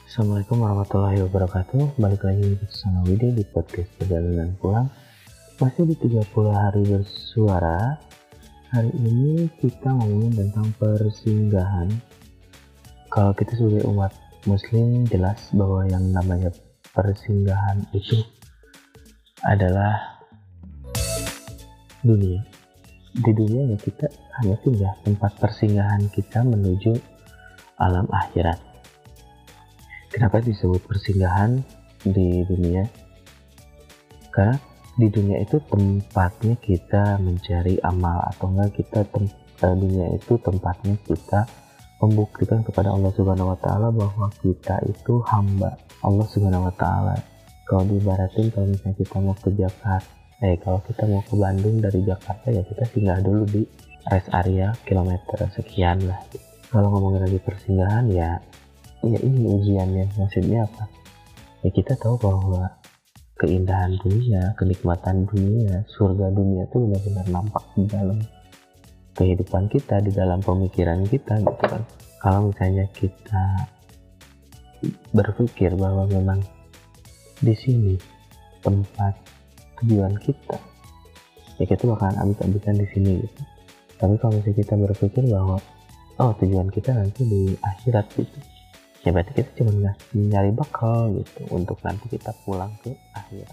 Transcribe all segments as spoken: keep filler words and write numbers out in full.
Assalamualaikum warahmatullahi wabarakatuh. Balik lagi bersama Widi di podcast Perjalanan Pulang. Masih di tiga puluh hari bersuara. Hari ini kita ngomongin tentang persinggahan. Kalau kita sebagai umat muslim jelas bahwa yang namanya persinggahan itu adalah dunia. Di dunia ya kita hanya singgah, tempat persinggahan kita menuju alam akhirat. Kenapa disebut persinggahan di dunia? Karena di dunia itu tempatnya kita mencari amal, atau enggak kita tem- dunia itu tempatnya kita membuktikan kepada Allah Subhanahu wa taala bahwa kita itu hamba Allah Subhanahu wa taala. Kalau diibaratin, kalau misalnya kita mau ke Jakarta, eh kalau kita mau ke Bandung dari Jakarta, ya kita singgah dulu di rest area kilometer sekian lah. Kalau ngomongin lagi persinggahan, ya ya ini ujiannya. Maksudnya apa? Ya kita tahu bahwa keindahan dunia, kenikmatan dunia, surga dunia itu benar-benar nampak di dalam kehidupan kita, di dalam pemikiran kita gitu kan. Kalau misalnya kita berpikir bahwa memang di sini tempat tujuan kita, ya kita bakalan abis-abisan di sini gitu. Tapi kalau misalnya kita berpikir bahwa oh tujuan kita nanti di akhirat gitu, ya berarti kita cuma nyari bekal gitu untuk nanti kita pulang ke akhirat.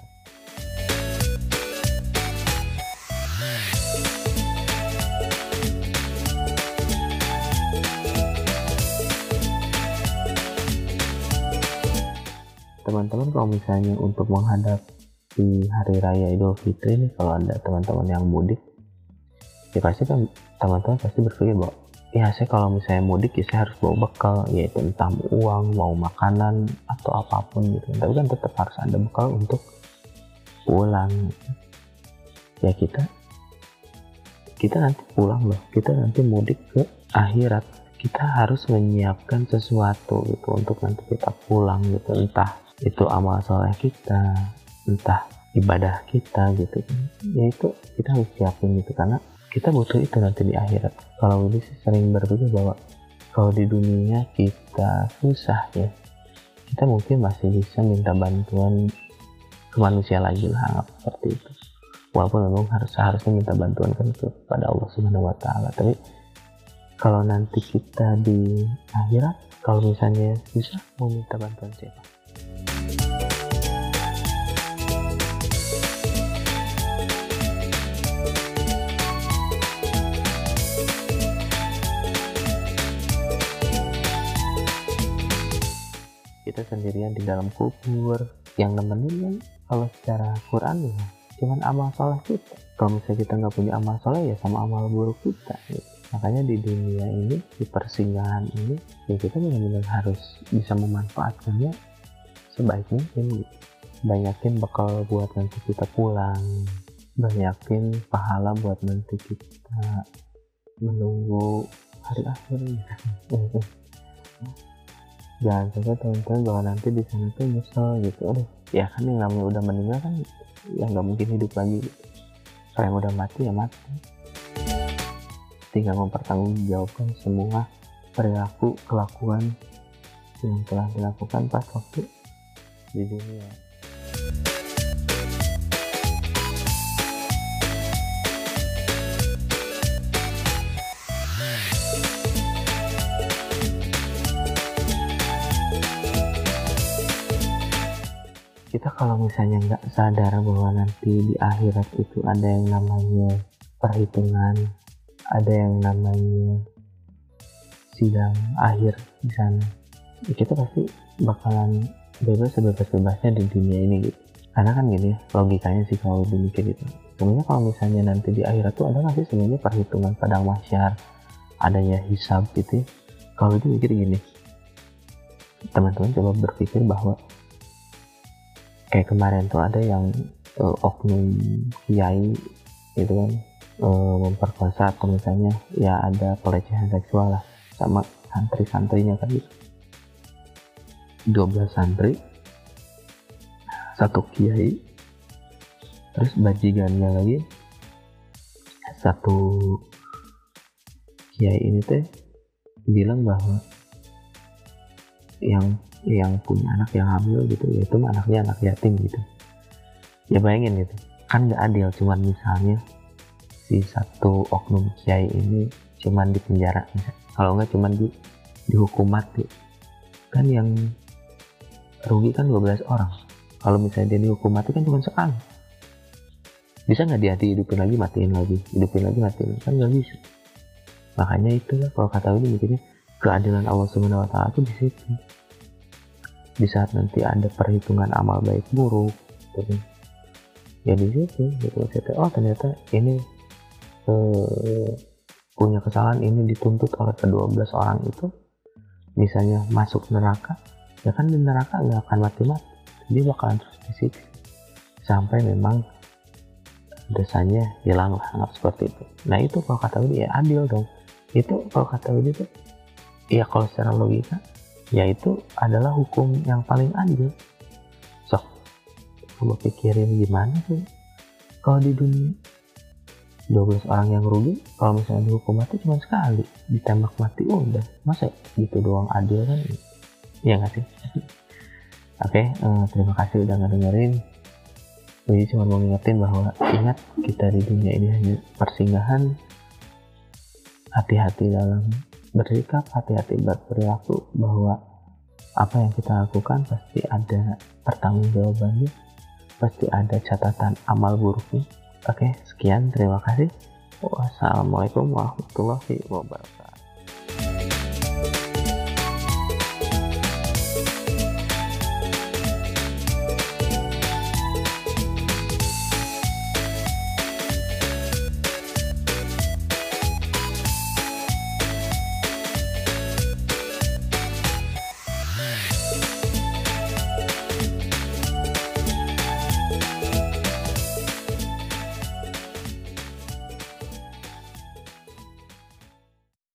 Teman-teman, kalau misalnya untuk menghadapi hari raya Idul Fitri nih, kalau ada teman-teman yang mudik, ya pasti kan teman-teman pasti berpikir bahwa ya saya kalau misalnya mudik ya saya harus bawa bekal, yaitu entah uang, mau makanan atau apapun gitu. Tapi kan tetap harus ada bekal untuk pulang gitu. Ya kita kita nanti pulang loh, kita nanti mudik ke akhirat, kita harus menyiapkan sesuatu gitu untuk nanti kita pulang gitu, entah itu amal soleh kita, entah ibadah kita gitu kan. Ya itu kita harus siapin gitu, karena kita butuh itu nanti di akhirat. Kalau ini sih sering berpikir bahwa kalau di dunia kita susah ya, kita mungkin masih bisa minta bantuan ke manusia lagi lah, seperti itu. Walaupun memang harus seharusnya minta bantuan kan kepada Allah Subhanahu wa taala. Tapi kalau nanti kita di akhirat, kalau misalnya susah, mau minta bantuan siapa? Kita sendirian di dalam kubur, yang nemenin kan kalau secara Quran ya cuman amal soleh kita. Kalau misalnya kita nggak punya amal soleh ya sama amal buruk kita gitu. Makanya di dunia ini, di persinggahan ini, ya kita benar-benar harus bisa memanfaatkannya sebaik mungkin gitu. Banyakin bekal buat nanti kita pulang, banyakin pahala buat nanti kita menunggu hari akhir gitu. Jangan sampai teman-teman bahwa nanti di sana tuh nyesel gitu. Aduh, ya kan yang namanya udah meninggal kan ya nggak mungkin hidup lagi gitu. Kalau yang udah mati ya mati, tinggal mempertanggungjawabkan semua perilaku kelakuan yang telah dilakukan pas waktu di dunia. Kita kalau misalnya nggak sadar bahwa nanti di akhirat itu ada yang namanya perhitungan, ada yang namanya sidang akhir di sana, ya kita pasti bakalan bebas sebebas-bebasnya di dunia ini gitu. Karena kan gini ya, logikanya sih kalau dimikir gitu. Sebenarnya kalau misalnya nanti di akhirat tuh ada nggak sih sebenarnya perhitungan padang mahsyar, adanya hisab gitu ya. Kalau itu mikir gini, teman-teman coba berpikir bahwa kayak kemarin tuh ada yang uh, oknum kiai gitu kan, uh, memperkosa atau misalnya ya ada pelecehan seksual lah sama santri-santrinya kan gitu. dua belas santri, satu kiai, terus bajingannya lagi satu kiai ini teh bilang bahwa yang yang punya anak yang hamil gitu, ya itu mah anaknya anak yatim gitu. Ya bayangin gitu, kan nggak adil. Cuman misalnya si satu oknum kiai ini cuman di penjara, kalau nggak cuman di dihukum mati, kan yang rugi kan dua belas orang. Kalau misalnya dia dihukum mati kan cuma sekali, bisa nggak dia dihidupin lagi, matiin lagi, hidupin lagi, matiin, kan nggak bisa. Makanya itulah kalau kata ini mikirnya keadilan Allah Subhanahu Wa Taala itu di situ. Di saat nanti ada perhitungan amal baik buruk, gitu. Ya di situ, gitu. Oh ternyata ini eh, punya kesalahan, ini dituntut oleh kedua belas orang itu, misalnya masuk neraka, ya kan di neraka nggak akan mati-mati, dia bakalan terus disiksa sampai memang dosanya hilang lah, anggap seperti itu. Nah itu kalau kata Widi ya adil dong. Itu kalau kata Widi tuh ya kalau secara logika ya itu adalah hukum yang paling adil. Sok coba pikirin gimana sih kalau di dunia dua belas orang yang rugi, kalau misalnya dihukum mati cuma sekali, ditembak mati udah, masa gitu doang adil kan? Ya nggak sih? Oke, uh, terima kasih udah ngedengerin. Jadi cuma mau ngingetin bahwa ingat kita di dunia ini hanya persinggahan. Hati-hati dalam bersikap, hati-hati berperilaku, bahwa apa yang kita lakukan pasti ada pertanggungjawabannya, pasti ada catatan amal buruknya. Oke, sekian, terima kasih. Wassalamualaikum warahmatullahi wabarakatuh.